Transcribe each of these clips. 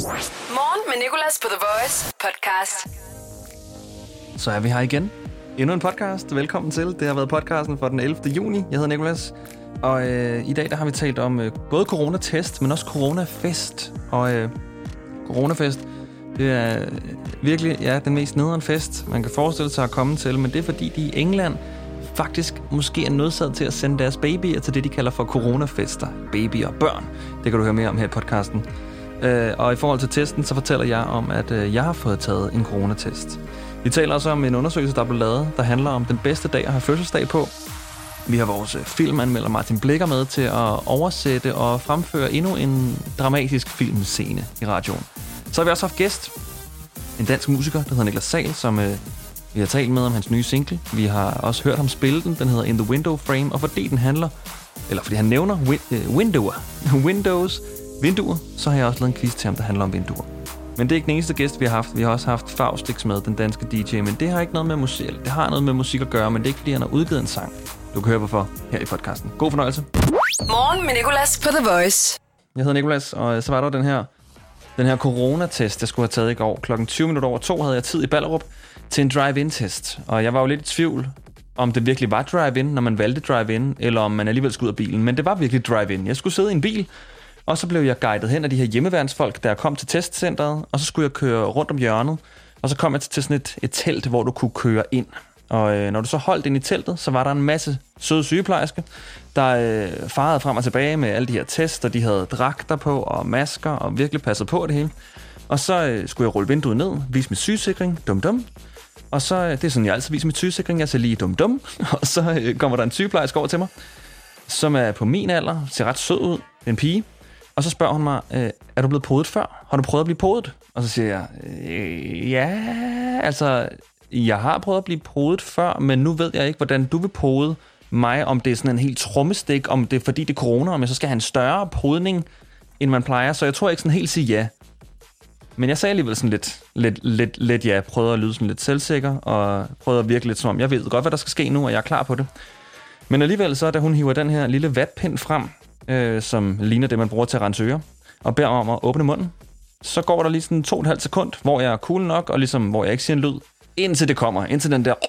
Morgen med Nicolas på The Voice podcast. Så er vi her igen. Endnu en podcast. Velkommen til. Det har været podcasten for den 11. juni. Jeg hedder Nicolas. Og i dag der har vi talt om både coronatest, men også coronafest. Og coronafest, det er virkelig den mest nederen fest, man kan forestille sig at komme til. Men det er fordi, de i England faktisk måske er nødsaget til at sende deres babyer til det, de kalder for coronafester. Babyer og børn. Det kan du høre mere om her i podcasten. Og i forhold til testen, så fortæller jeg om, at jeg har fået taget en coronatest. Vi taler også om en undersøgelse, der er blevet lavet, der handler om den bedste dag at have fødselsdag på. Vi har vores filmanmelder Martin Blikker med til at oversætte og fremføre endnu en dramatisk filmscene i radioen. Så har vi også haft gæst, en dansk musiker, der hedder Niklas Sahl, som vi har talt med om hans nye single. Vi har også hørt ham spille den hedder In the Window Frame, og fordi han nævner vinduer, så har jeg også lavet en quiz til ham, der handler om vinduer. Men det er ikke den eneste gæst, vi har haft. Vi har også haft Faustix med, den danske DJ, men det har ikke noget med musik. Det har noget med musik at gøre, men det er ikke, fordi han har udgivet en sang. Du kan høre hvorfor her i podcasten. God fornøjelse. Morgen med Nicolas på The Voice. Jeg hedder Nicolas, og så var der den her coronatest, jeg skulle have taget i går. 2:20 havde jeg tid i Ballerup til en drive-in-test. Og jeg var jo lidt i tvivl, om det virkelig var drive-in, når man valgte drive-in, eller om man alligevel skulle ud af bilen. Men det var virkelig drive-in. Jeg skulle sidde i en bil, og så blev jeg guidet hen af de her hjemmeværnsfolk, der kom til testcenteret, og så skulle jeg køre rundt om hjørnet, og så kom jeg til sådan et telt, hvor du kunne køre ind. Og når du så holdt ind i teltet, så var der en masse søde sygeplejersker, der farede frem og tilbage med alle de her tests, og de havde dragter på og masker, og virkelig passede på det hele. Og så skulle jeg rulle vinduet ned, vise mit sygesikring, dum. Og så, det er sådan, jeg altid viser mit sygesikring, jeg ser lige dum. Og så kommer der en sygeplejerske over til mig, som er på min alder, ser ret sød ud, en pige. Og så spørger hun mig, er du blevet podet før? Har du prøvet at blive podet? Og så siger jeg, ja, altså, jeg har prøvet at blive podet før, men nu ved jeg ikke, hvordan du vil pode mig, om det er sådan en helt trommestik, om det er fordi det er corona, om jeg så skal have en større podning, end man plejer. Så jeg tror ikke sådan helt sige ja. Men jeg sagde alligevel sådan lidt ja, prøvede at lyde sådan lidt selvsikker, og prøvede at virke lidt som om, jeg ved godt, hvad der skal ske nu, og jeg er klar på det. Men alligevel så, da hun hiver den her lille vatpind frem, som ligner det, man bruger til at rense ører, og beder om at åbne munden, så går der lige sådan 2,5 sekund, hvor jeg er cool nok, og ligesom, hvor jeg ikke siger en lyd, indtil det kommer, indtil den der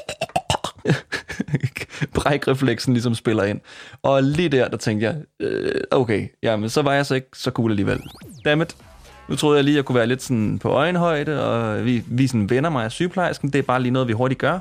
brækrefleksen ligesom spiller ind. Og lige der tænkte jeg, okay, jamen så var jeg så ikke så cool alligevel. Dammit. Nu troede jeg lige, at jeg kunne være lidt sådan på øjenhøjde, og vi sådan venner mig af sygeplejersken. Det er bare lige noget, vi hurtigt gør.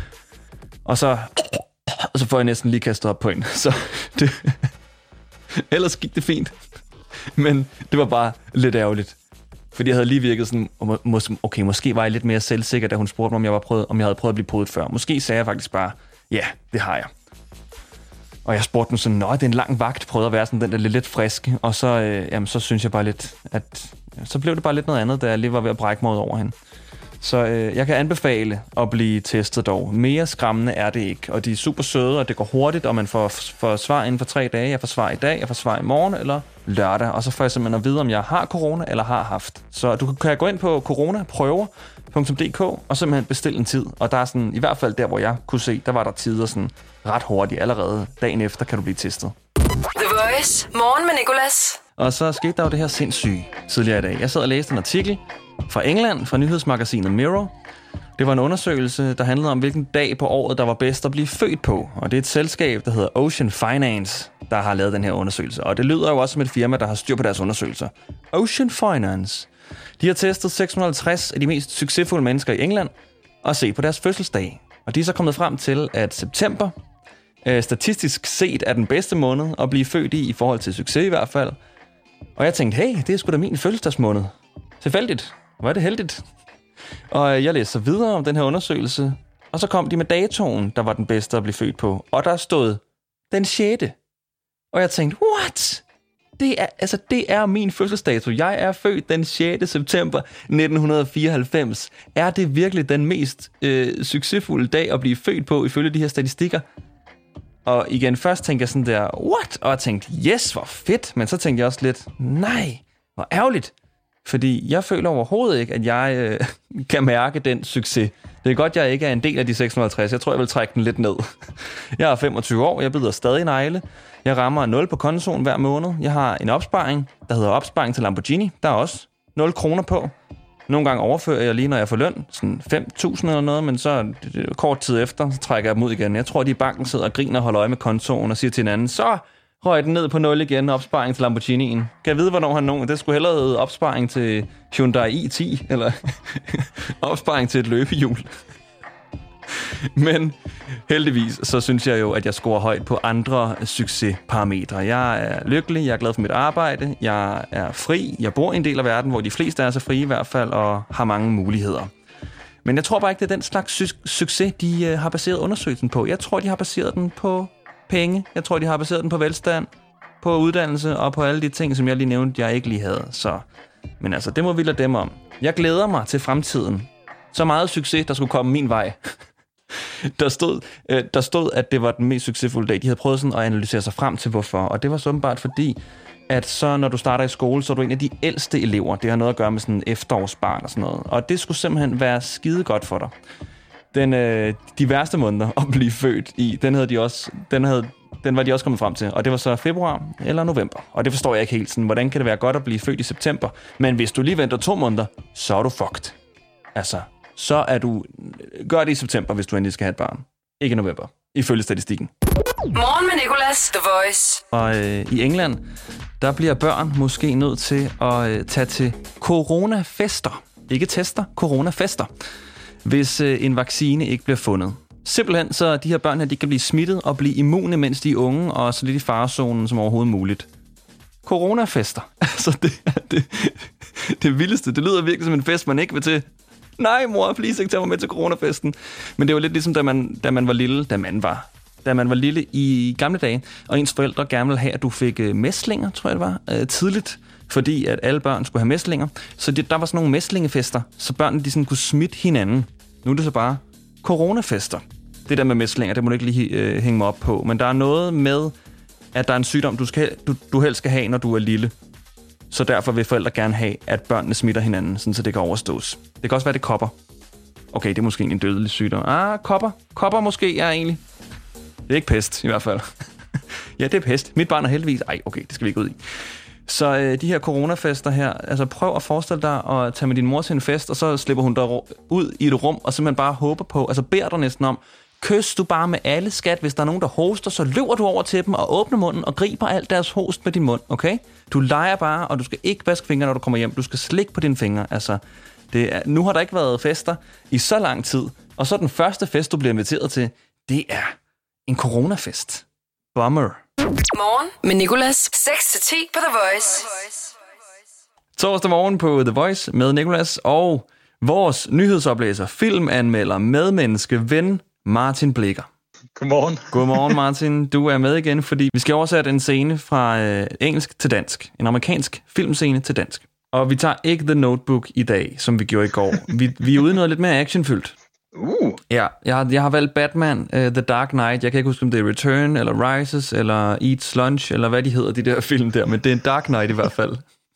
Og så får jeg næsten lige kastet op på en. Så det ellers gik det fint. Men det var bare lidt ærgerligt. Fordi jeg havde lige virket sådan, okay, måske var jeg lidt mere selvsikker, da hun spurgte mig, om jeg havde prøvet at blive podet før. Måske sagde jeg faktisk bare, ja, det har jeg. Og jeg spurgte dem sådan, det er en lang vagt, prøvede at være sådan den der lidt frisk. Og så, så synes jeg bare lidt, at så blev det bare lidt noget andet, da jeg lige var ved at brække mig ud over hende. Så jeg kan anbefale at blive testet dog. Mere skræmmende er det ikke. Og de er super søde, og det går hurtigt, og man får svar inden for 3 dage. Jeg får svar i dag, jeg får svar i morgen eller lørdag. Og så får jeg simpelthen at vide, om jeg har corona eller har haft. Så du kan gå ind på coronaprøver.dk og simpelthen bestille en tid. Og der er sådan, i hvert fald der, hvor jeg kunne se, der var der tider sådan ret hurtigt. Allerede dagen efter kan du blive testet. The Voice. Morgen med Nicolas. Og så skete der jo det her sindssyge tidligere i dag. Jeg sad og læste en artikel fra England, fra nyhedsmagasinet Mirror. Det var en undersøgelse, der handlede om, hvilken dag på året, der var bedst at blive født på. Og det er et selskab, der hedder Ocean Finance, der har lavet den her undersøgelse. Og det lyder jo også som et firma, der har styr på deres undersøgelser. Ocean Finance. De har testet 650 af de mest succesfulde mennesker i England og set på deres fødselsdag. Og de er så kommet frem til, at september statistisk set er den bedste måned at blive født i forhold til succes i hvert fald. Og jeg tænkte, hey, det er sgu da min fødselsdagsmåned. Tilfældigt. Hvor er det heldigt. Og jeg læste så videre om den her undersøgelse, og så kom de med datoen, der var den bedste at blive født på. Og der stod den 6. Og jeg tænkte, what? Det er min fødselsdato. Jeg er født den 6. september 1994. Er det virkelig den mest succesfulde dag at blive født på, ifølge de her statistikker? Og igen, først tænkte jeg sådan der, what? Og jeg tænkte, yes, hvor fedt. Men så tænkte jeg også lidt, nej, hvor ærgerligt. Fordi jeg føler overhovedet ikke, at jeg kan mærke den succes. Det er godt, jeg ikke er en del af de 650. Jeg tror, jeg vil trække den lidt ned. Jeg er 25 år, jeg bider stadig negle. Jeg rammer 0 på kontoen hver måned. Jeg har en opsparing, der hedder opsparing til Lamborghini. Der er også 0 kroner på. Nogle gange overfører jeg lige, når jeg får løn, sådan 5.000 eller noget, men så kort tid efter, så trækker jeg dem ud igen. Jeg tror, de i banken sidder og griner og holder øje med kontoen og siger til hinanden, så røg den ned på 0 igen, opsparing til Lamborghinien. Kan jeg vide, hvornår han nogen? Det skulle hellere opsparing til Hyundai i10, eller opsparing til et løbehjul. Men heldigvis, så synes jeg jo, at jeg scorer højt på andre succesparametre. Jeg er lykkelig, jeg er glad for mit arbejde, jeg er fri, jeg bor i en del af verden, hvor de fleste er så frie i hvert fald, og har mange muligheder. Men jeg tror bare ikke, det er den slags succes, de har baseret undersøgelsen på. Jeg tror, de har baseret den på penge. Jeg tror, de har baseret den på velstand, på uddannelse og på alle de ting, som jeg lige nævnte, jeg ikke lige havde. Men altså, det må vi lade dem om. Jeg glæder mig til fremtiden. Så meget succes, der skulle komme min vej. Der stod, at det var den mest succesfulde dag. De havde prøvet sådan at analysere sig frem til, hvorfor. Og det var så åbenbart fordi, at så når du starter i skole, så er du en af de ældste elever. Det har noget at gøre med sådan en efterårsbarn og sådan noget. Og det skulle simpelthen være skide godt for dig. De værste måneder at blive født i, den var de også kommet frem til. Og det var så februar eller november. Og det forstår jeg ikke helt. Sådan, hvordan kan det være godt at blive født i september? Men hvis du lige venter 2 måneder, så er du fucked. Altså, så er du... Gør det i september, hvis du endelig skal have et barn. Ikke i november, ifølge statistikken. Morgen med Nicolas, The Voice. Og i England, der bliver børn måske nødt til at tage til coronafester. Ikke tester, coronafester. Hvis en vaccine ikke bliver fundet. Simpelthen så de her børn her, de kan blive smittet og blive immune, mens de er unge, og så lidt i farezonen som overhovedet muligt. Coronafester. Altså, det vildeste. Det lyder virkelig som en fest, man ikke vil til. Nej, mor, please ikke tage mig med til coronafesten. Men det var lidt ligesom, da man var lille i gamle dage, og ens forældre gerne ville have, at du fik mæslinger, tror jeg det var, tidligt, fordi at alle børn skulle have mæslinger. Så der var sådan nogle mæslingefester, så børnene de sådan kunne smitte hinanden. Nu er det så bare coronafester. Det der med mæslinger, det må du ikke lige hænge mig op på. Men der er noget med, at der er en sygdom, du helst skal have, når du er lille. Så derfor vil forældre gerne have, at børnene smitter hinanden, sådan så det kan overstås. Det kan også være, det kopper. Okay, det er måske en dødelig sygdom. Kopper. Kopper måske er egentlig. Det er ikke pest, i hvert fald. Ja, det er pest. Mit barn er heldigvis... okay, det skal vi ikke ud i. Så de her coronafester her, altså prøv at forestille dig at tage med din mor til en fest, og så slipper hun dig ud i et rum, og simpelthen bare håber på, altså beder dig næsten om, kys du bare med alle, skat. Hvis der er nogen, der hoster, så løber du over til dem og åbner munden og griber alt deres host med din mund, okay? Du leger bare, og du skal ikke vaske fingre, når du kommer hjem. Du skal slikke på dine fingre. Altså, nu har der ikke været fester i så lang tid, og så den første fest, du bliver inviteret til, det er en coronafest. Bummer. Morgen med Nicolas. 6-10 på The Voice. Torsdag morgen på The Voice med Nicolas og vores nyhedsoplæser, filmanmelder, medmenneske, ven, Martin Blikker. Godmorgen. Godmorgen, Martin. Du er med igen, fordi vi skal oversætte en scene fra engelsk til dansk. En amerikansk filmscene til dansk. Og vi tager ikke The Notebook i dag, som vi gjorde i går. Vi er ude i noget lidt mere actionfyldt. Ja, jeg har valgt Batman, The Dark Knight. Jeg kan ikke huske, om det er Return, eller Rises, eller Eat Lunch, eller hvad de hedder, de der film der. Men det er en Dark Knight i hvert fald.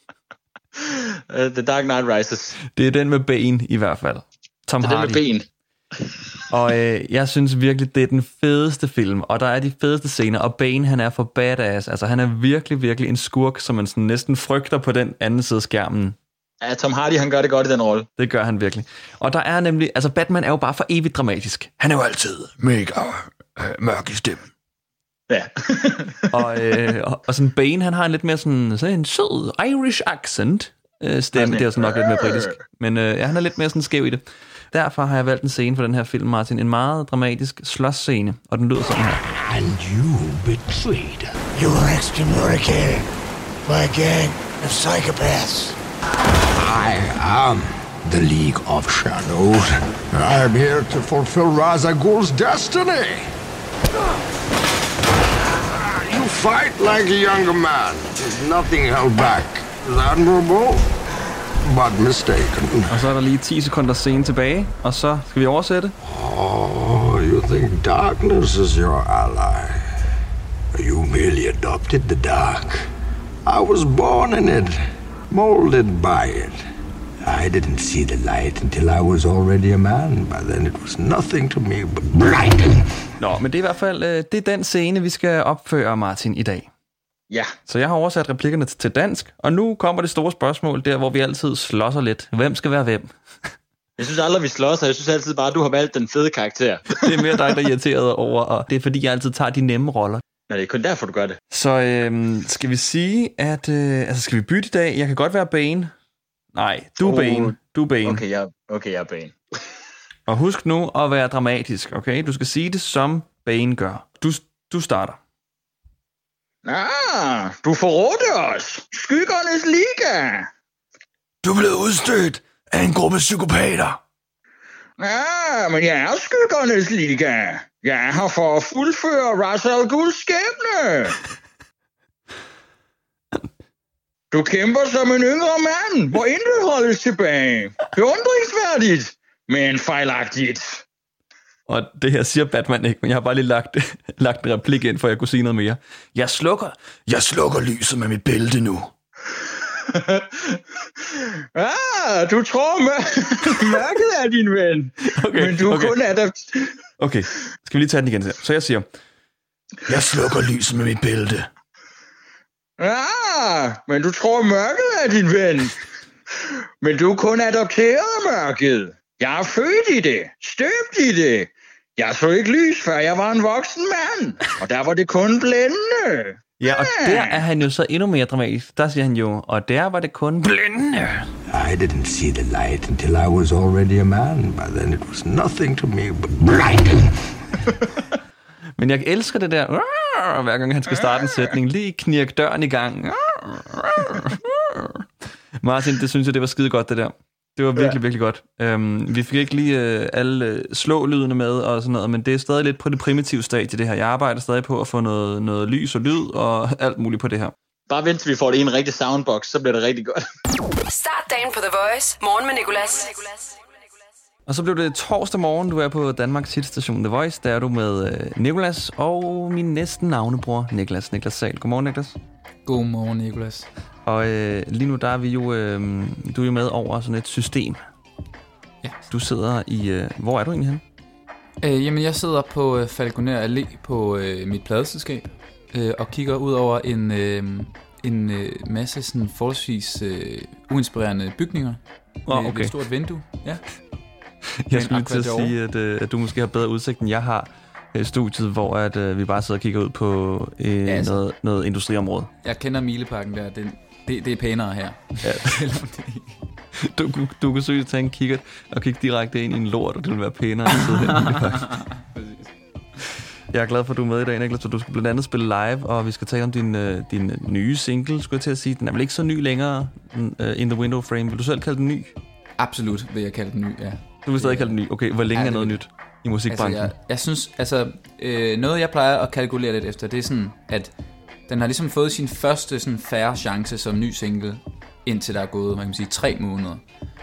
The Dark Knight Rises. Det er den med Bane i hvert fald. Tom Hardy. Det er den med Bane. Og jeg synes virkelig, det er den fedeste film, og der er de fedeste scener, og Bane, han er for badass. Altså, han er virkelig, virkelig en skurk, som man sådan næsten frygter på den anden side af skærmen. Ja, Tom Hardy, han gør det godt i den rolle. Det gør han virkelig. Og der er nemlig, altså Batman er jo bare for evigt dramatisk. Han er jo altid mega mørk i stemmen. Ja. og sådan Bane, han har en lidt mere sådan en sød Irish accent stemme. Det er sådan nok lidt mere britisk. Men han er lidt mere sådan skæv i det. Derfor har jeg valgt en scene for den her film, Martin. En meget dramatisk slåsscene, og den lyder sådan her. And you betrayed. You were excommunicated by a gang of psychopaths. I am the League of Shadows. I am here to fulfill Ra's al Ghul's destiny. You fight like a younger man. There's nothing held back. Is admirable, but mistaken. Og så er der lige 10 sekunder scene tilbage, og så skal vi oversætte. Oh, you think darkness is your ally. You merely adopted the dark. I was born in it, molded by it. I didn't see the light until I was already a man. By then it was nothing to me but blinding. Nå, men det er i hvert fald det er den scene, vi skal opføre, Martin, i dag. Ja. Så jeg har oversat replikkerne til dansk, og nu kommer det store spørgsmål, der hvor vi altid slåsser lidt. Hvem skal være hvem? Jeg synes aldrig, vi slås, og jeg synes altid bare, at du har valgt den fede karakter. Det er mere dig, der er irriteret over, og det er fordi, jeg altid tager de nemme roller. Nej, det er kun derfor, du gør det. Så skal vi sige, at... skal vi bytte i dag? Jeg kan godt være Bane. Nej, du er Bane. Du er Bane. Okay, jeg er Bane. Og husk nu at være dramatisk, okay? Du skal sige det, som Bane gør. Du starter. Du forrådte os. Skyggernes Liga. Du blev udstødt af en gruppe psykopater. Men jeg er Skyggernes Liga. Jeg er her for at fuldføre Ra's al Ghuls skæbne. Du kæmper som en yngre mand, hvor intet holdes tilbage. Beundringsværdigt, men fejlagtigt. Og det her siger Batman ikke, men jeg har bare lige lagt en replik ind, for jeg kunne sige noget mere. Jeg slukker lyset med mit bælte nu. Du tror, mørket er din ven. Okay, men du er kun Okay, skal vi lige tage den igen. Så jeg siger, jeg slukker lyset med mit bælte. Men du tror, mørket er din ven. Men du er kun adopteret af mørket. Jeg er født i det, støbt i det. Jeg så ikke lys, før jeg var en voksen mand. Og der var det kun blændende. Ja, og der er han jo så endnu mere dramatisk. Der siger han jo, og der var det kun blændende. I didn't see the light until I was already a man. But then it was nothing to me but blinding. Men jeg elsker det der, hver gang han skal starte en sætning. Lige knirke døren i gang. Martin, det synes jeg, det var skide godt, det der. Det var virkelig, virkelig godt. Vi fik ikke lige alle slå-lydene med og sådan noget, men det er stadig lidt på det primitive stadie, det her. Jeg arbejder stadig på at få noget lys og lyd og alt muligt på det her. Bare vent, til vi får det i en rigtig soundbox, så bliver det rigtig godt. Start dagen på The Voice. Morgen med Nicolas. Og så blev det torsdag morgen, du er på Danmarks hitstation The Voice. Der er du med Nicolas og min næsten navnebror, Niklas Sahl. Godmorgen, Niklas. Godmorgen, Nicolas. Og lige nu, der er vi jo, du er jo med over sådan et system. Ja. Du sidder i, hvor er du egentlig henne? Jamen, jeg sidder på Falconer Allé på mit pladeselskab og kigger ud over en masse sådan forholdsvis uinspirerende bygninger. Okay. Med et stort vindue, ja. Jeg skulle til at sige, at du måske har bedre udsigt, end jeg har studiet, hvor at, vi bare sidder og kigger ud på noget industriområde. Jeg kender Mileparken der. Det er pænere her. Ja. Du kan søge tage en kikkert og kigge direkte ind i en lort, og det vil være pænere at sidde her i Mileparken. Jeg er glad for, at du er med i dag, Niklas, og du skal blandt andet spille live, og vi skal tale om din nye single, skulle jeg til at sige. Den er vel ikke så ny længere, In The Window Frame. Vil du selv kalde den ny? Absolut vil jeg kalde den ny, ja. Du vil stadig kalde den ny? Okay, hvor længe er noget nyt i musikbranchen? Altså, jeg synes, noget jeg plejer at kalkulere lidt efter, det er sådan, at den har ligesom fået sin første sådan færre chance som ny single, indtil der er gået, man kan sige, 3 måneder.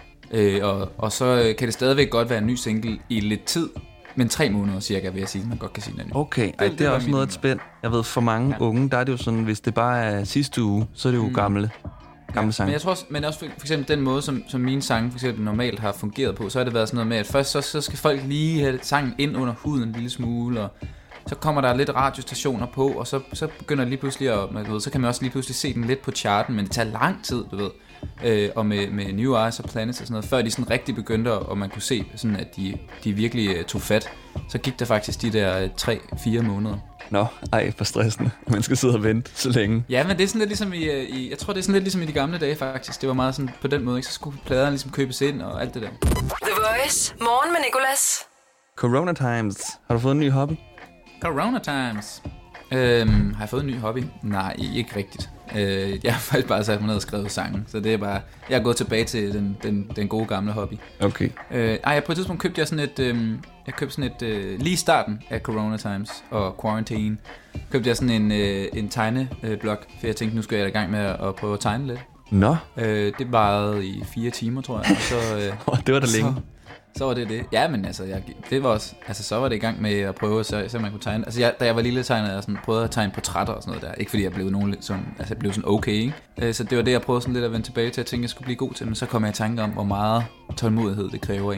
Og så kan det stadigvæk godt være en ny single i lidt tid, men 3 måneder cirka, vil jeg sige, man godt kan sige den. Okay, det er også noget et spænd. Jeg ved, for mange unge, der er det jo sådan, hvis det bare er sidste uge, så er det jo gamle sange. Men jeg tror også, for eksempel den måde, som mine sange for eksempel normalt har fungeret på, så har det været sådan noget med, at først så skal folk lige have sangen ind under huden en lille smule, og så kommer der lidt radiostationer på, og så begynder det lige pludselig så kan man også lige pludselig se den lidt på charten, men det tager lang tid, du ved. Og med New Eyes og Planets og sådan noget, før de sådan rigtig begyndte, og man kunne se sådan, at de virkelig tog fat, så gik der faktisk de der 3-4 måneder. Nå, for stressende. Man skal sidde og vente så længe. Ja, men det er sådan lidt ligesom jeg tror, det er sådan lidt ligesom i de gamle dage faktisk. Det var meget sådan på den måde, ikke? Så skulle pladerne ligesom købes ind og alt det der. The Voice. Morgen med Nicolas. Corona Times. Har du fået en ny hobby? Corona Times. Har jeg fået en ny hobby? Nej, ikke rigtigt. Jeg har faktisk bare sat mig ned og skrevet sange. Så det er bare, jeg er gået tilbage til den gode gamle hobby. Okay. På et tidspunkt købte jeg sådan lige i starten af Corona Times og Quarantine, købte jeg sådan en tegneblok, for jeg tænkte, nu skal jeg i gang med at prøve at tegne lidt. Nå. Det varede i 4 timer, tror jeg. Og så, det var da længe. Så var det. Ja, men altså, det var også, altså, så var det i gang med at prøve, så man kunne tegne. Altså, da jeg var lille, tegnede jeg sådan, prøvede at tegne portrætter og sådan noget der. Ikke fordi jeg blev jeg blev sådan okay, ikke? Så det var det, jeg prøvede sådan lidt at vende tilbage til. Jeg tænkte, jeg skulle blive god til, men så kom jeg i tanke om, hvor meget tålmodighed det kræver egentlig.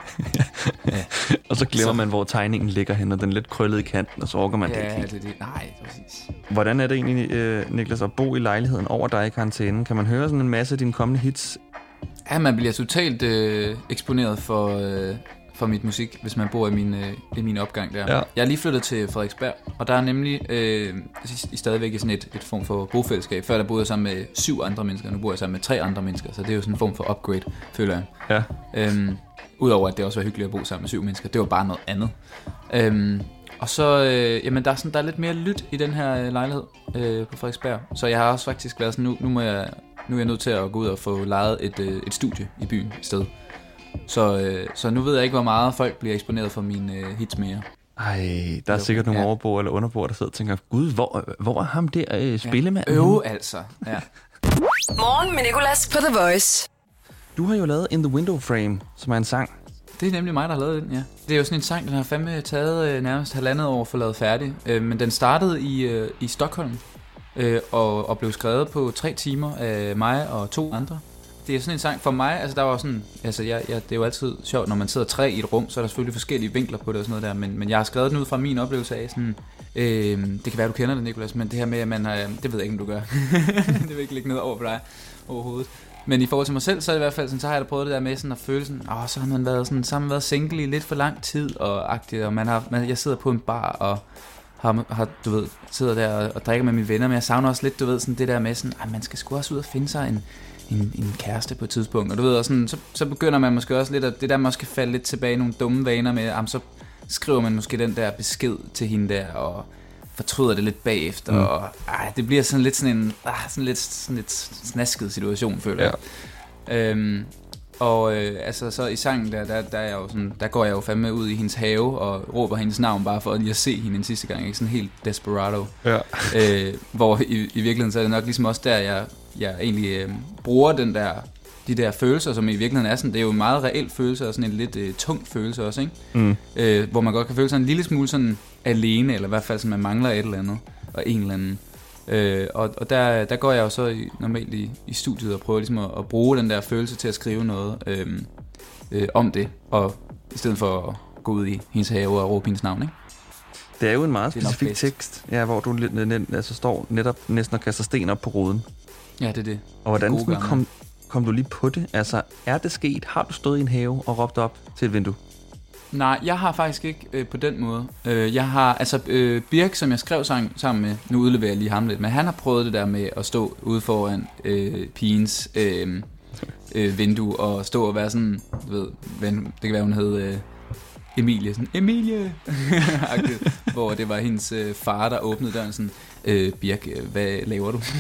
Ja. Og så glemmer man, hvor tegningen ligger hen, og den er lidt krøllet i kanten, og så orker man det ikke helt. det. Nej, præcis. Hvordan er det egentlig, Niklas, at bo i lejligheden over dig i karantænen? Kan man høre sådan en masse af dine kommende hits? Ja, man bliver totalt eksponeret for mit musik, hvis man bor i min opgang der. Ja. Jeg er lige flyttet til Frederiksberg, og der er nemlig stadigvæk sådan et form for bofællesskab. Før der boede jeg sammen med 7 andre mennesker, nu bor jeg sammen med 3 andre mennesker, så det er jo sådan en form for upgrade, føler jeg. Ja. Udover at det også var hyggeligt at bo sammen med 7 mennesker, det var bare noget andet. Og så, jamen der er lidt mere lyt i den her lejlighed på Frederiksberg, så jeg har også faktisk været sådan, nu er jeg nødt til at gå ud og få lejet et studie i byen i stedet. Så nu ved jeg ikke, hvor meget folk bliver eksponeret for mine hits mere. Ej, der er sikkert nogle overboer eller underboer, der sidder og tænker, gud, hvor er ham der spillemanden? Altså, ja. Morgen med Nicolas på The Voice. Du har jo lavet In the Window Frame, som er en sang. Det er nemlig mig, der har lavet den, ja. Det er jo sådan en sang, den har fandme taget nærmest 1,5 år for lavet færdig. Men den startede i Stockholm og blev skrevet på 3 timer af mig og 2 andre. Det er sådan en sang for mig, altså der var sådan, altså det er jo altid sjovt, når man sidder 3 i et rum, så er der selvfølgelig forskellige vinkler på det og sådan noget der, men jeg har skrevet den ud fra min oplevelse af sådan, det kan være, du kender det, Nicolas, men det her med, at man har, det ved jeg ikke, om du gør, det vil ikke lægge noget over på dig overhovedet. Men i forhold til mig selv, så er det i hvert fald sådan, så har jeg da prøvet det der med sådan at føle sådan, så har man været single i lidt for lang tid og agtigt, og jeg sidder på en bar og har du ved, sidder der og drikker med mine venner, men jeg savner også lidt, du ved, sådan det der med sådan, man skal sgu også ud og finde sig en kæreste på et tidspunkt, og du ved, og sådan, så begynder man måske også lidt, at det der måske falde lidt tilbage i nogle dumme vaner med, så skriver man måske den der besked til hende der, og fortryder det lidt bagefter, og det bliver sådan lidt sådan en lidt snasket situation, føler jeg. Altså så i sangen der er jeg jo sådan, der går jeg jo fandme ud i hendes have og råber hendes navn bare for lige at se hende en sidste gang, ikke sådan helt desperado. Ja. Hvor i virkeligheden så er det nok ligesom også der jeg egentlig bruger de der følelser, som i virkeligheden er sådan, det er jo en meget reel følelse og sådan en lidt tung følelse også, ikke? Hvor man godt kan føle sig en lille smule sådan alene, eller i hvert fald sådan man mangler et eller andet og en eller anden. Og der går jeg jo så normalt i studiet og prøver ligesom at bruge den der følelse til at skrive noget om det, og i stedet for at gå ud i hendes have og råbe hendes navn, ikke? Det er jo en meget specifik tekst, hvor du står netop næsten og kaster sten op på ruden. Ja, det er det. Og hvordan kom du lige på det? Altså, er det sket? Har du stået i en have og råbt op til et vindue? Nej, jeg har faktisk ikke på den måde. Jeg har, Birk, som jeg skrev sammen med, nu udleverer jeg lige ham lidt, men han har prøvet det der med at stå ude foran pigens vindue og stå og være sådan, du ved, det kan være, hun hed Emilie, sådan, Emilie! Hvor det var hendes far, der åbnede døren sådan, Birk, hvad laver du?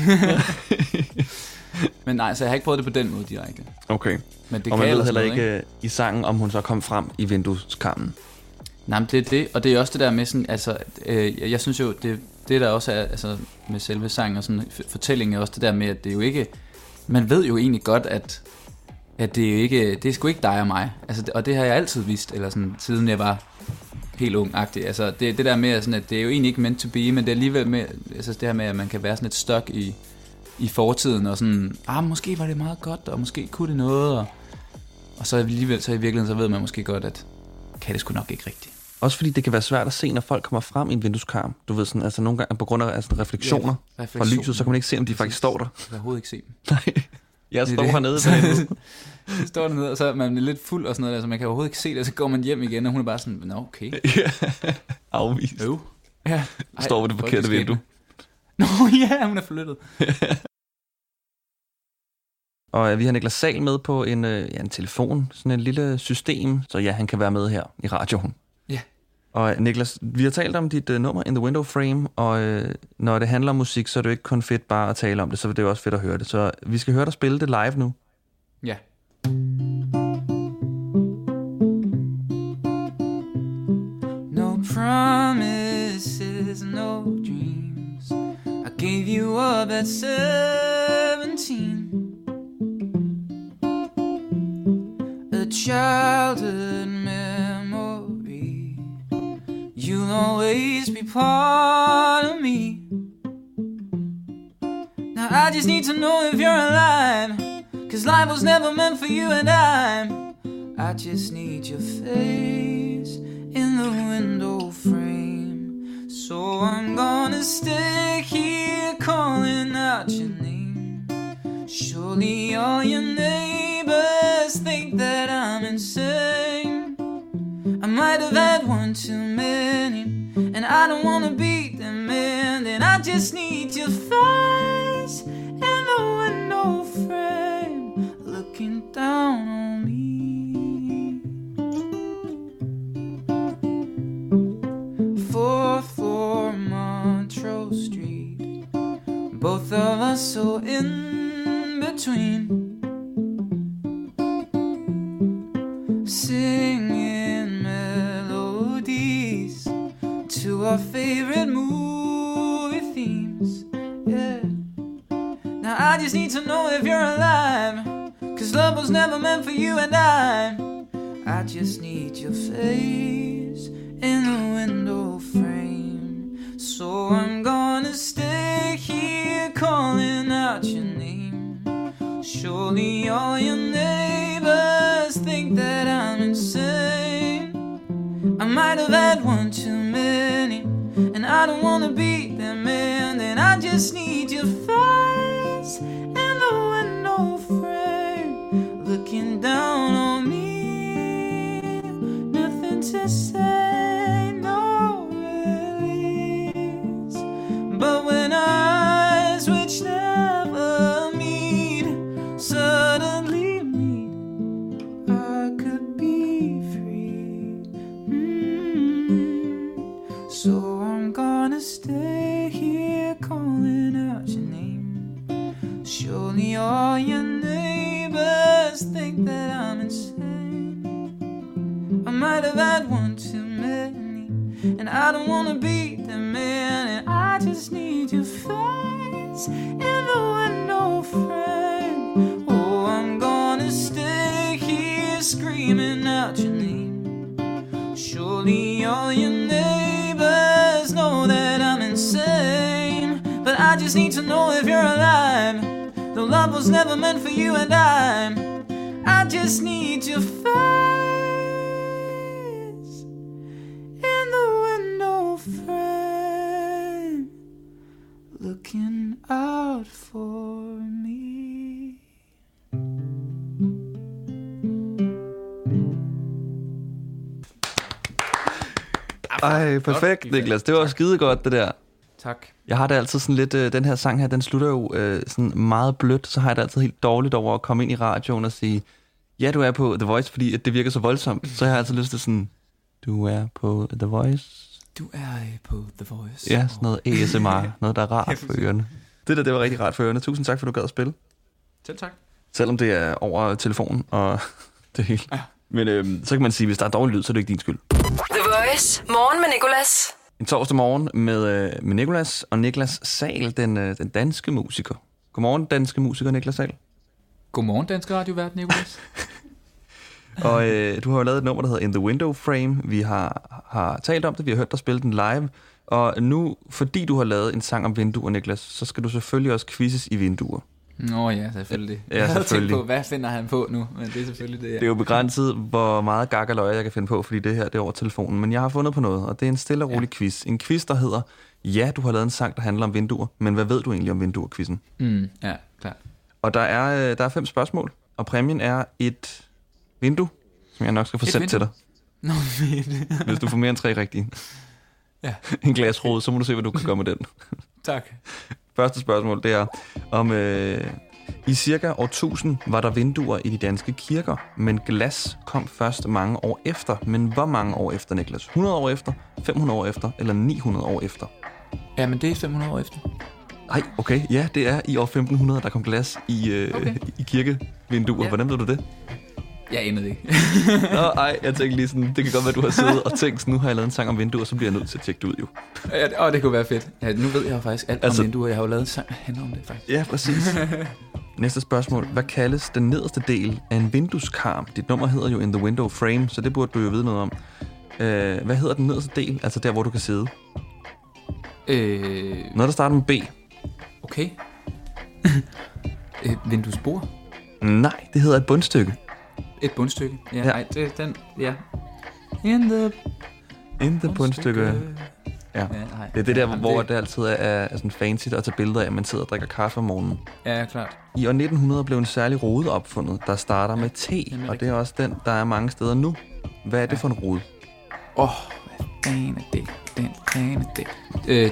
Men nej, så jeg har ikke prøvet det på den måde direkte. Okay. Men det og kan man ved heller ikke i sangen, om hun så kom frem i vindueskarmen. Nej, men det er det, og det er også det der med sådan, altså, jeg synes jo, det der også er, altså, med selve sangen og sådan fortællingen er også det der med, at det er jo ikke, man ved jo egentlig godt, at det er ikke, det er sgu ikke dig og mig, altså, og det har jeg altid vidst, eller sådan, siden jeg var helt ung-agtig, altså, det der med, sådan, at det er jo egentlig ikke meant to be, men det er alligevel med, altså, det her med, at man kan være sådan et stok i fortiden, og sådan, måske var det meget godt, og måske kunne det noget, og så alligevel, så i virkeligheden, så ved man måske godt, at kan det sgu nok ikke rigtigt. Også fordi det kan være svært at se, når folk kommer frem i en vindueskarm. Du ved sådan, altså nogle gange på grund af altså, refleksioner fra lyset, så kan man ikke se, om de faktisk står der. Jeg kan overhovedet ikke se dem. Nej, jeg står hernede. Jeg står dernede, og så er man lidt fuld og sådan noget der, så man kan overhovedet ikke se det, og så går man hjem igen, og hun er bare sådan, nå, okay. Afvist. Ja. Står ved det forkerte vindue. Nå ja, hun er flyttet. Og vi har Niklas Sahl med på en telefon, sådan et lille system, så ja, han kan være med her i radioen. Ja. Og Niklas, vi har talt om dit nummer In the Window Frame, og når det handler om musik, så er det jo ikke kun fedt bare at tale om det, så det er jo også fedt at høre det. Så vi skal høre dig spille det live nu. Ja. No promises, no dreams. I gave you up at 17. A childhood memory. You'll always be part of me. Now I just need to know if you're alive, 'cause life was never meant for you and I just need your face in the window frame. So I'm gonna stay here calling out your name. Surely all your neighbors think that I'm insane. I might have had one too many, and I don't wanna be the man. And I just need your face in the window frame, looking down on me. 4th floor Montrose Street, both of us so in between, singing melodies to our favorite movie themes. Yeah. Now I just need to know if you're alive, 'cause love was never meant for you and I just need your face in the window frame. So I'm gonna stay here calling out your name. Surely all your neighbors think that I'm insane. I might have had one too many, and I don't wanna be that man. Then I just need your face in the window frame, looking down on me. Nothing to say, no release. But when eyes which never meet suddenly meet, I could be free. So I'm gonna stay here calling out your name. Surely all your neighbors think that I'm insane. I might have had one too many, and I don't wanna be the man. And I just need your face in the window frame. Oh, I'm gonna stay here screaming out your name. Surely all your neighbors know that I'm insane. But I just need to know if you're alive. The love was never meant for you and I just need your face in the window frame, looking out for me. Ej, perfekt, Niklas. Det var skide godt, det der. Tak. Jeg har det altid sådan lidt, den her sang her, den slutter jo sådan meget blødt, så har jeg det altid helt dårligt over at komme ind i radioen og sige, ja, du er på The Voice, fordi at det virker så voldsomt. Så jeg har altid lyst til sådan, du er på The Voice. Du er på The Voice. Ja, sådan noget ASMR, noget der er rart for ørerne. Det var rigtig rart for ørerne. Tusind tak, for du gad at spille. Selv tak. Selvom det er over telefonen og det hele. Ja. Men så kan man sige, hvis der er dårlig lyd, så er det ikke din skyld. The Voice. Morgen med Nicolas. En torsdag morgen med Nicolas og Niklas Sahl, den danske musiker. Godmorgen, danske musiker Niklas Sahl. Godmorgen, danske radiovært Nicolas. Og du har jo lavet et nummer, der hedder In the Window Frame. Vi har talt om det, vi har hørt dig spille den live. Og nu, fordi du har lavet en sang om vinduer, Niklas, så skal du selvfølgelig også quizzes i vinduer. Nå ja, selvfølgelig. Ja, jeg havde selvfølgelig. tænkt på, hvad finder han på nu? Men det er selvfølgelig det, ja. Det er jo begrænset, hvor meget gak og løg jeg kan finde på, fordi det her det er over telefonen. Men jeg har fundet på noget, og det er en stille og rolig quiz. En quiz, der hedder, ja, du har lavet en sang, der handler om vinduer, men hvad ved du egentlig om vinduer-quizzen? Ja, klart. Og der er 5 spørgsmål, og præmien er et vindue, som jeg nok skal få sendt til dig. Nå, fedt. Hvis du får mere end 3 rigtige. Ja. En glasrude, så må du se, hvad du kan gøre med den. Tak. Første spørgsmål, det er, om i cirka år 1000 var der vinduer i de danske kirker, men glas kom først mange år efter. Men hvor mange år efter, Niklas? 100 år efter, 500 år efter, eller 900 år efter? Ja, men det er 500 år efter. Nej, okay, ja, det er i år 1500, der kom glas i kirkevinduer. Ja. Hvordan ved du det? Jeg aner det ikke. Nå, ej, jeg tænkte lige sådan, det kan godt være, du har siddet og tænkt, nu har jeg lavet en sang om vinduer, så bliver jeg nødt til at tjekke det ud, jo. Ja, det kunne være fedt. Ja, nu ved jeg jo faktisk alt om vinduer. Jeg har jo lavet en sang, der handler om det, faktisk. Ja, præcis. Næste spørgsmål. Hvad kaldes den nederste del af en vindueskarm? Dit nummer hedder jo In the Window Frame, så det burde du jo vide noget om. Hvad hedder den nederste del? Altså der, hvor du kan sidde. Noget, der starter med B. Okay. Vinduesbord? Nej, det hedder et bundstykke. Et bundstykke. Ja, Ja. nej, det den, ja. In the bundstykke. Ja. nej. Det er det der, Jamen, hvor det altid er sådan fancy at tage billeder af, at man sidder og drikker kaffe om morgenen. Ja, klart. I år 1900 blev en særlig rode opfundet, der starter med te, Nemlig og det er også den, der er mange steder nu. Hvad er det for en rode? Hvad fanden er det? Den fanden er det?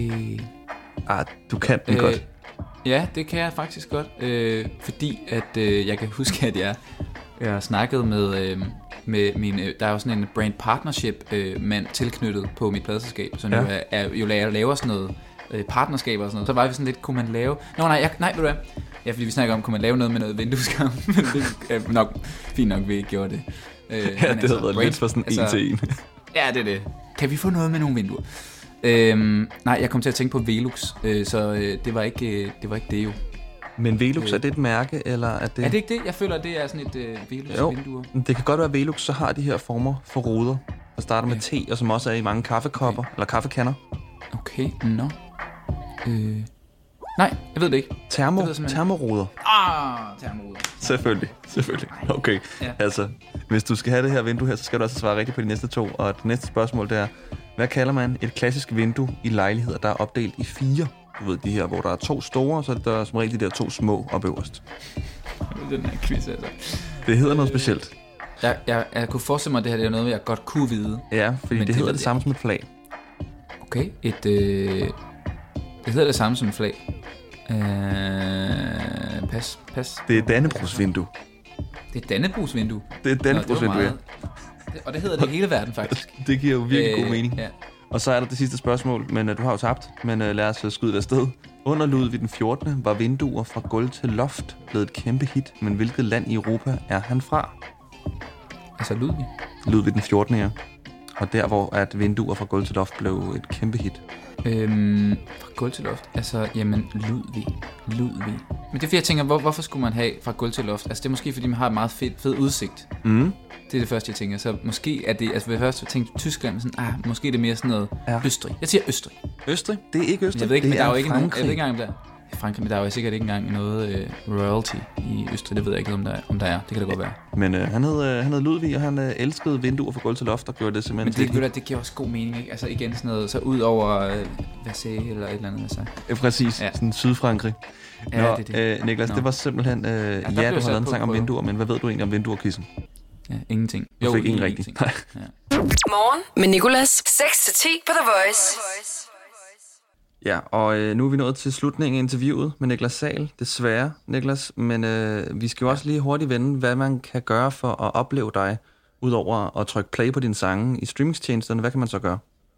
Du kan den godt. Ja, det kan jeg faktisk godt. Fordi at jeg kan huske, at jeg har snakket med min... der er jo sådan en brand partnership mand tilknyttet på mit pladeselskab, som jo laver sådan noget partnerskaber og sådan noget. Så var vi sådan lidt, kunne man lave... Nej, ved du hvad? Ja, fordi vi snakker om, kunne man lave noget med noget vindueskarm? Men det er nok fint nok, vi ikke gjorde det. Ja, det havde været lidt for sådan en til en. Ja, det er det. Kan vi få noget med nogle vinduer? Nej, jeg kom til at tænke på Velux, så det var ikke det jo. Men Velux, er det et mærke, eller er det... Er det ikke det? Jeg føler, det er sådan et Velux-vinduer. Det kan godt være, at Velux så har de her former for ruder, der starter med te, og som også er i mange kaffekopper, eller kaffekander. Okay, nå. Nej, jeg ved det ikke. Termoruder. Termoruder. Selvfølgelig. Okay, Ja. altså, hvis du skal have det her vindue her, så skal du også svare rigtigt på de næste 2. Og det næste spørgsmål, det er, hvad kalder man et klassisk vindue i lejligheder, der er opdelt i 4? Du ved, de her, hvor der er 2 store, og så er der som regel de der 2 små op øverst. Den her quiz, altså. Det hedder noget specielt. Jeg kunne forestille mig, at det her det er noget, jeg godt kunne vide. Ja, fordi Men det hedder ved det jeg samme som et flag. Okay, det hedder det samme som et flag. Pas. Det er Dannebrogsvindue. Det er Dannebrogsvindue. Det er Dannebrogsvindue, ja. Og det hedder det i hele verden, faktisk. Det giver jo virkelig god mening. Ja. Og så er der det sidste spørgsmål, men du har jo tabt, men lad os skyde det afsted. Under Ludvig den 14. var vinduer fra gulv til loft blevet et kæmpe hit, men hvilket land i Europa er han fra? Altså Ludvig? Ludvig den 14. ja. Og der, hvor at vinduer fra gulv til loft blev et kæmpe hit. Fra gulv til loft? Altså, jamen, Ludvig. Men det er fordi, jeg tænker, hvorfor skulle man have fra gulv til loft? Altså, det er måske, fordi man har et meget fed udsigt. Mm. Det er det første, jeg tænker. Så måske er det, altså ved først tænke Tyskland, sådan, måske er det mere sådan noget Østrig. Jeg siger Østrig. Østrig? Det er ikke Østrig, jeg ved ikke, det men der er jo ikke nogen, jeg ved ikke engang, om der Frankrig, men der er jo sikkert ikke engang noget royalty i Østrig. Det ved jeg ikke, om der er. Det kan det godt være. Men han hed Ludvig, og han elskede vinduer fra gulv til loft, og gjorde det simpelthen. Men det giver også god mening, ikke? Altså igen sådan noget, så ud over Versailles eller et eller andet, altså. Præcis, sådan Sydfrankrig. Ja, det. Niklas, det var simpelthen, du har lavet en sang om vinduer, men hvad ved du egentlig om vinduer-quizzen? Ja, ingenting. Du fik ingen rigtig. Ja. Morgen med Nicolas. 6-10 på The Voice. Ja, og nu er vi nået til slutningen af interviewet med Niklas Sahl, desværre, Niklas. Men vi skal jo også lige hurtigt vende, hvad man kan gøre for at opleve dig, udover at trykke play på dine sange i streamingstjenesterne. Hvad kan man så gøre?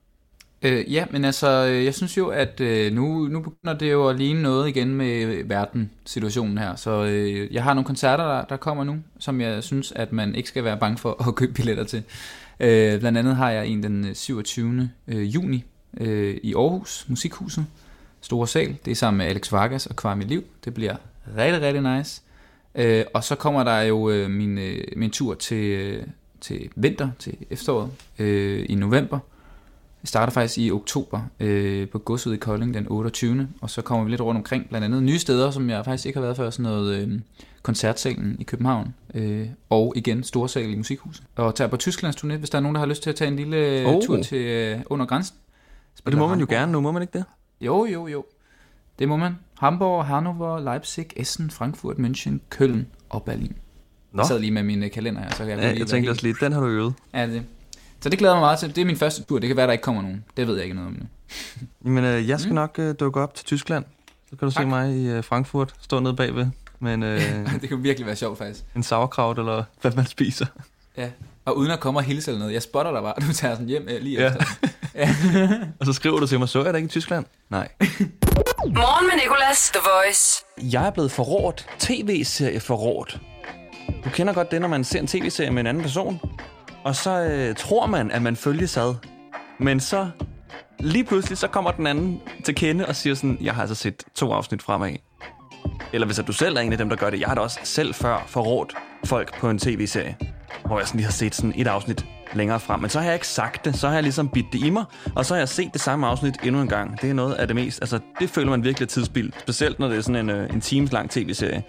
Ja, men altså, jeg synes jo, at nu begynder det jo at ligne noget igen med verdenssituationen her. Så jeg har nogle koncerter, der kommer nu, som jeg synes, at man ikke skal være bange for at købe billetter til. Blandt andet har jeg en den 27. juni i Aarhus, Musikhuset. Store sal. Det er sammen med Alex Vargas og Kvarmi Liv. Det bliver rigtig, rigtig nice. Og så kommer der jo min tur til vinter, til efteråret i november. Det starter faktisk i oktober på Godset i Kolding den 28. Og så kommer vi lidt rundt omkring, blandt andet nye steder, som jeg faktisk ikke har været før, sådan noget koncertsalen i København, og igen Storsal i Musikhuset. Og tager på Tysklands turné, hvis der er nogen, der har lyst til at tage en lille tur til under grænsen. Og det må man jo gerne nu, må man ikke det? Jo. Det må man. Hamburg, Hannover, Leipzig, Essen, Frankfurt, München, Köln og Berlin. Nå. Jeg sad lige med mine kalender her, så kan jeg tænkte også lige, den har du øvet. Ja, det. Så det glæder mig meget til. Det er min første tur. Det kan være, der ikke kommer nogen. Det ved jeg ikke noget om nu. Men jeg skal nok dukke op til Tyskland. Så kan du se mig i Frankfurt stå nede bagved. Men, det kan virkelig være sjovt, faktisk. En sauerkraut, eller hvad man spiser. Ja, og uden at komme og hilse eller noget. Jeg spotter dig bare, du tager sådan hjem lige efter. Ja. Og så skriver du til mig, så jeg da ikke i Tyskland? Nej. Morgen med Nicolas, The Voice. Jeg er blevet forrådt. TV-serie forrådt. Du kender godt det, når man ser en tv-serie med en anden person. Og så tror man, at man følges ad. Men så lige pludselig, så kommer den anden til kende og siger sådan, jeg har altså set 2 afsnit fremad. Eller hvis du selv er en af dem, der gør det. Jeg har da også selv før forrådt folk på en tv-serie, hvor jeg sådan lige har set sådan 1 afsnit længere frem. Men så har jeg ikke sagt det. Så har jeg ligesom bidt det i mig. Og så har jeg set det samme afsnit endnu en gang. Det er noget af det mest... Altså, det føler man virkelig er tidsspildt. Specielt når det er sådan en times lang tv-serie.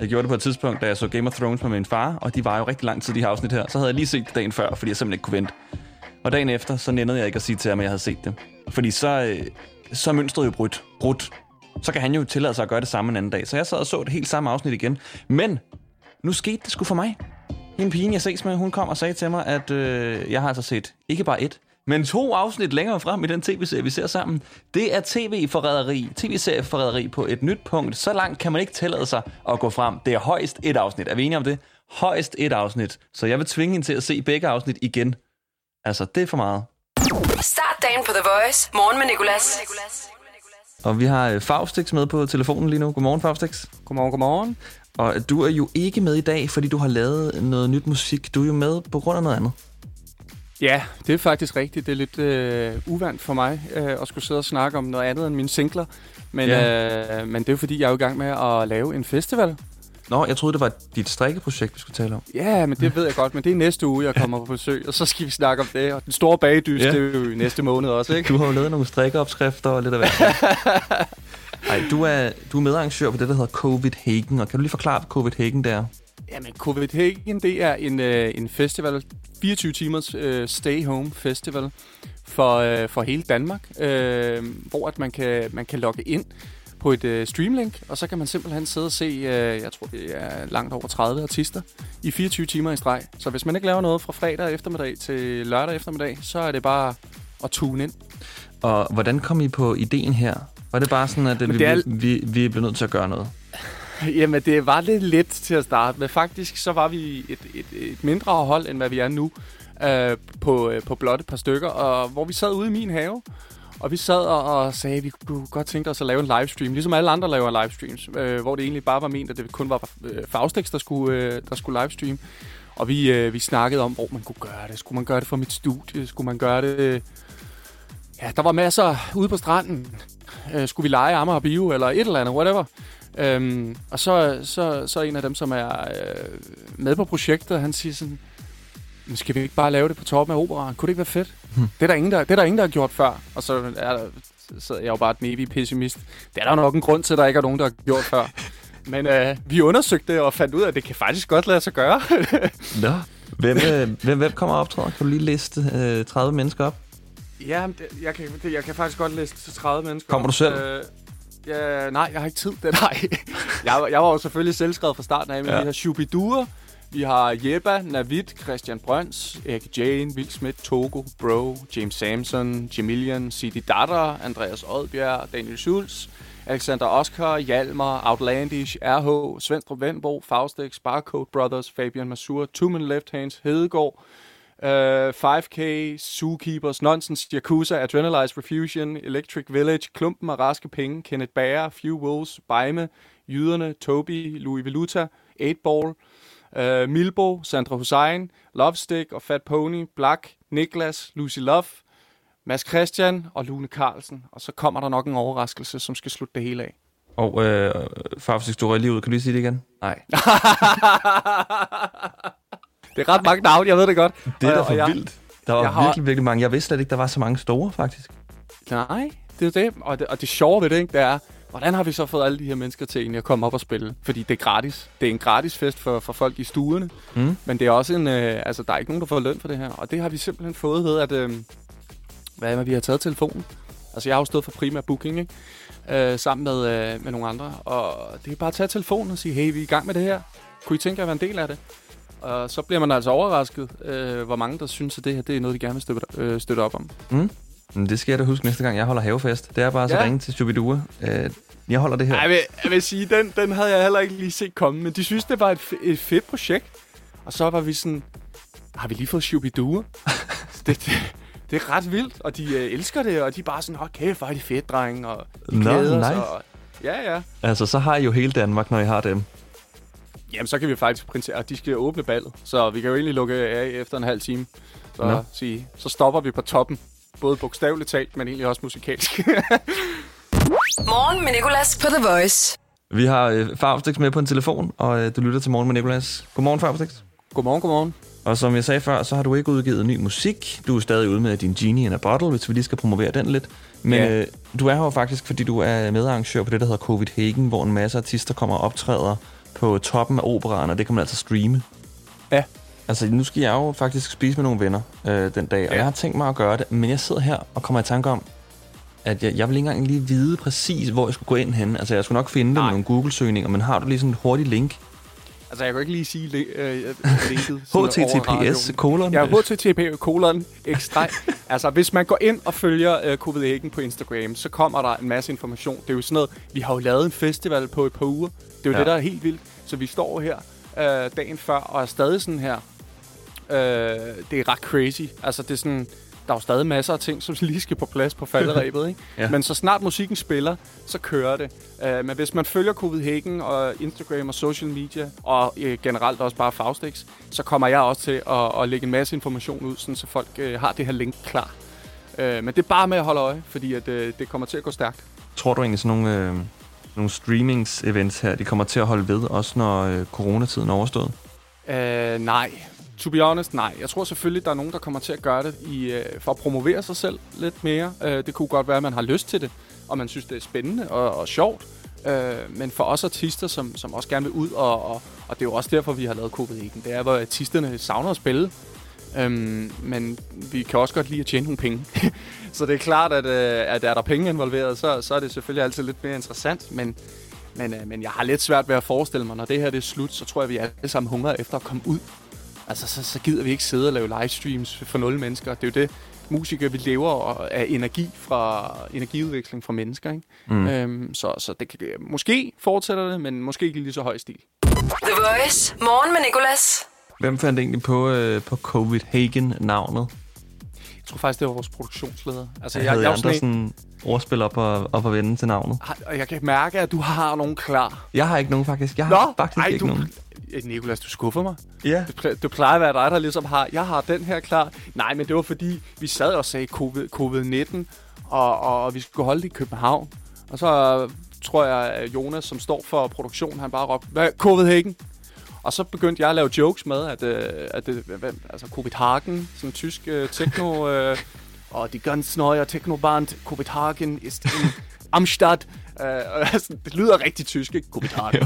Jeg gjorde det på et tidspunkt, da jeg så Game of Thrones med min far, og de var jo rigtig lang tid, de her afsnit her. Så havde jeg lige set det dagen før, fordi jeg simpelthen ikke kunne vente. Og dagen efter, så nændede jeg ikke at sige til ham, at jeg havde set det. Fordi så er mønstret jo brudt. Så kan han jo tillade sig at gøre det samme en anden dag. Så jeg sad og så det helt samme afsnit igen. Men nu skete det sgu for mig. En pige, jeg ses med, hun kom og sagde til mig, at jeg har altså set ikke bare 1, men 2 afsnit længere frem i den tv-serie, vi ser sammen. Det er tv-serieforræderi på et nyt punkt. Så langt kan man ikke tillade sig at gå frem. Det er højst 1 afsnit. Er vi enige om det? Højst 1 afsnit. Så jeg vil tvinge hende til at se begge afsnit igen. Altså, det er for meget. Start dagen på The Voice. Morgen med Nicolas. Og vi har Faustix med på telefonen lige nu. Godmorgen, Faustix. Godmorgen. Og du er jo ikke med i dag, fordi du har lavet noget nyt musik. Du er jo med på grund af noget andet. Ja, det er faktisk rigtigt. Det er lidt uvant for mig at skulle sidde og snakke om noget andet end mine singler. Men det er jo fordi, jeg er jo i gang med at lave en festival. Nå, jeg troede, det var dit strikkeprojekt, vi skulle tale om. Ja, men det ved jeg godt. Men det er næste uge, jeg kommer på besøg, og så skal vi snakke om det. Og den store bagdyst, det er jo i næste måned også, ikke? Du har jo lavet nogle strikkeopskrifter og lidt af hvert. Ej, du er medarrangør på det, der hedder Covidhagen. Og kan du lige forklare, hvad Covidhagen det er? Jamen, Covidhagen, det er en festival, 24 timers stay home festival for hele Danmark, hvor at man kan logge ind på et streamlink, og så kan man simpelthen sidde og se, jeg tror det er langt over 30 artister, i 24 timer i streg. Så hvis man ikke laver noget fra fredag eftermiddag til lørdag eftermiddag, så er det bare at tune ind. Og hvordan kom I på ideen her? Var det bare sådan, at vi blev nødt til at gøre noget? Jamen, det var lidt let til at starte med. Faktisk så var vi et mindre hold, end hvad vi er nu, på blot et par stykker, og hvor vi sad ude i min have, og vi sad og sagde, at vi kunne godt tænke os at lave en livestream, ligesom alle andre laver livestreams, hvor det egentlig bare var ment, at det kun var Faustix, der skulle livestream. Og vi snakkede om, hvor man kunne gøre det. Skulle man gøre det fra mit studie? Skulle man gøre det... Ja, der var masser ude på stranden. Skulle vi lege Amager Bio, eller et eller andet, whatever. Og så en af dem, som er med på projektet, han siger sådan, skal vi ikke bare lave det på toppen af operaen? Kunne det ikke være fedt? Det er der ingen, der har gjort før. Og så sidder jeg jo bare et evig pessimist. Det er der jo nok en grund til, at der ikke er nogen, der har gjort før. Men vi undersøgte det og fandt ud af, at det kan faktisk godt lade sig gøre. Nå. Hvem kommer og optræder? Kan du lige liste 30 mennesker op? Ja, jeg kan faktisk godt liste 30 mennesker. Kommer du selv? Nej, jeg har ikke tid. Jeg var jo selvfølgelig selvskrevet fra starten af, men vi har Shubidua, vi har Jebba, Navid, Christian Brøns, Erik Jane, Will Smith, Togo, Bro, James Samson, Jamilian, Sidi Datter, Andreas Odbjerg, Daniel Schulz, Alexander Oscar, Hjalmar, Outlandish, RH, Svendstrup Venbo, Faustix, Barcode Brothers, Fabian Masur, Two Men Left Hands, Hedegaard, 5K, Zookeepers, Nonsens, Yakuza, Adrenalize Refusion, Electric Village, Klumpen og Raske Penge, Kenneth Bager, Few Wolves, Beime, Jyderne, Toby, Louis Veluta, 8-Ball, Milbo, Sandra Hussein, Lovestick og Fat Pony, Black, Niklas, Lucy Love, Mads Christian og Lune Carlsen. Og så kommer der nok en overraskelse, som skal slutte det hele af. Og Faustix, du røg lige ud. Kan du lige sige det igen? Nej. Det er ret mange navne, jeg ved det godt. Det er da for vildt. Der var virkelig mange. Jeg vidste slet ikke, der var så mange store, faktisk. Nej, det er det. Og det sjove ved det, ikke, det er, hvordan har vi så fået alle de her mennesker til egentlig at komme op og spille? Fordi det er gratis. Det er en gratis fest for folk i stuerne. Men det er også en... der er ikke nogen, der får løn for det her. Og det har vi simpelthen fået ved, at vi har taget telefonen. Altså, jeg har jo stået for primær booking, ikke? Sammen med nogle andre. Og det er bare at tage telefonen og sige, hey, vi er i gang med det her. Kunne I tænke jer at være en del af det? Og så bliver man altså overrasket, hvor mange der synes, at det her det er noget, de gerne vil støtte op om. Det skal jeg da huske næste gang, jeg holder havefest. Det er bare så ringe til Shubidua. Jeg holder det her. Jeg vil sige, den havde jeg heller ikke lige set komme, men de synes, det var et fedt projekt. Og så var vi sådan, har vi lige fået Shubidua? det er ret vildt, og de elsker det, og de er bare sådan, okay, hvor er de fedt, drenge, og de glæder sig. Ja. Altså, så har I jo hele Danmark, når I har dem. Jamen, så kan vi faktisk at de skal åbne ballet, så vi kan jo egentlig lukke af efter en halv time. Så stopper vi på toppen, både bogstaveligt talt, men egentlig også musikalsk. Morgen med Nicolas på The Voice. Vi har Faustix med på en telefon, og du lytter til Morgen med Nicolas. Godmorgen, Faustix. Godmorgen. Og som jeg sagde før, så har du ikke udgivet ny musik. Du er stadig ude med din Genie in a Bottle, hvis vi lige skal promovere den lidt. Men du er her jo faktisk, fordi du er medarrangør på det, der hedder Covidhagen, hvor en masse artister kommer og optræder på toppen af operaen, og det kan man altså streame. Ja. Altså, nu skal jeg jo faktisk spise med nogle venner den dag, og jeg har tænkt mig at gøre det, men jeg sidder her og kommer i tanke om, at jeg vil ikke engang lige vide præcis, hvor jeg skulle gå ind hen. Altså, jeg skulle nok finde det med nogle Google-søgninger, men har du lige sådan et hurtigt link? Altså, jeg kan ikke lige sige linket. https://. Ja, http:// Altså, hvis man går ind og følger Copenhagen på Instagram, så kommer der en masse information. Det er jo sådan noget, vi har jo lavet en festival på et par uger. Det er jo det, der er helt vildt. Så vi står her dagen før, og er stadig sådan her. Det er ret crazy. Altså, det er sådan... Der er jo stadig masser af ting, som lige skal på plads på falderebet, ikke? Ja. Men så snart musikken spiller, så kører det. Men hvis man følger Copenhagen og Instagram og social media, og generelt også bare Faustix, så kommer jeg også til at lægge en masse information ud, sådan, så folk har det her link klar. Men det er bare med at holde øje, fordi at, det kommer til at gå stærkt. Tror du egentlig sådan nogle streamings-events her, de kommer til at holde ved, også når coronatiden er overstået? Nej. To be honest, nej. Jeg tror selvfølgelig, der er nogen, der kommer til at gøre det for at promovere sig selv lidt mere. Det kunne godt være, at man har lyst til det, og man synes, det er spændende og sjovt. Men for os artister, som også gerne vil ud, og det er jo også derfor, vi har lavet Copenhagen, det er, hvor artisterne savner at spille. Men vi kan også godt lide at tjene nogle penge. Så det er klart, at er der penge involveret, så er det selvfølgelig altid lidt mere interessant. Men jeg har lidt svært ved at forestille mig, når det her det er slut, så tror jeg, vi alle sammen hungrer efter at komme ud. Altså, så gider vi ikke sidde og lave livestreams for 0 mennesker. Det er jo det, musikere, vi lever af energiudveksling fra mennesker, ikke? Så det kan, måske fortsætter det, men måske ikke lige så høj stil. The Voice. Morgen med Nicolas. Hvem fandt egentlig på Copenhagen-navnet? Jeg tror faktisk, det var vores produktionsleder. Altså, jeg havde andre sådan ordspil op og vende til navnet. Jeg kan mærke, at du har nogen klar. Jeg har ikke nogen, faktisk. Jeg har faktisk ikke nogen. Nicolas, du skuffer mig. Ja. Det plejer at være dig, der ligesom har... Jeg har den her klar. Nej, men det var fordi, vi sad og sagde covid-19, og vi skulle holde det i København. Og så tror jeg, at Jonas, som står for produktionen, han bare råbte, hvad Copenhagen? Og så begyndte jeg at lave jokes med, at Copenhagen, sådan en tysk techno... og de ganz neue Technoband Copenhagen ist in Amstadt. Det lyder rigtig tysk, ikke? Copenhagen.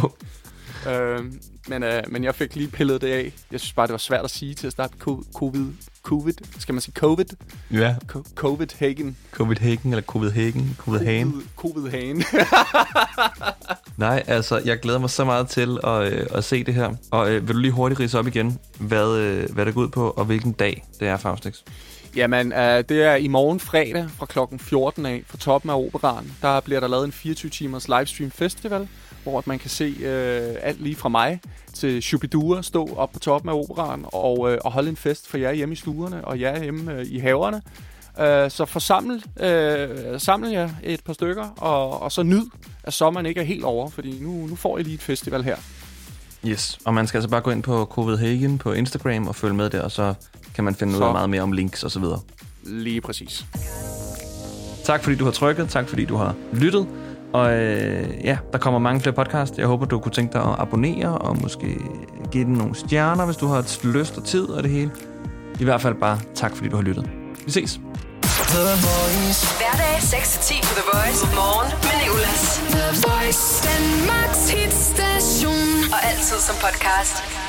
Men jeg fik lige pillet det af. Jeg synes bare, det var svært at sige til at starte covid. Skal man sige covid? Ja. Copenhagen. Copenhagen eller Copenhagen. Copenhagen. Nej, altså, jeg glæder mig så meget til at se det her. Og vil du lige hurtigt ridse op igen, hvad det går ud på, og hvilken dag det er, Faustix? Jamen, det er i morgen fredag fra klokken 14 af, fra toppen af operaen. Der bliver der lavet en 24-timers livestream festival, hvor man kan se alt lige fra mig til Shubidua stå op på toppen af operaen og holde en fest for jer hjemme i stuerne og jer hjemme i haverne. Så samle jer et par stykker, og så nyd, at sommeren ikke er helt over, fordi nu får I lige et festival her. Yes, og man skal altså bare gå ind på Copenhagen på Instagram og følge med der, og så kan man finde ud af meget mere om links og så videre. Lige præcis. Tak fordi du har trykket, tak fordi du har lyttet. Og der kommer mange flere podcasts. Jeg håber, du kunne tænke dig at abonnere og måske give den nogle stjerner, hvis du har lyst og tid og det hele. I hvert fald bare tak, fordi du har lyttet. Vi ses. Hverdag 6-10 på The Voice. Morgen med Nicolas. The Voice. Danmarks hitstation. Og altid som podcast.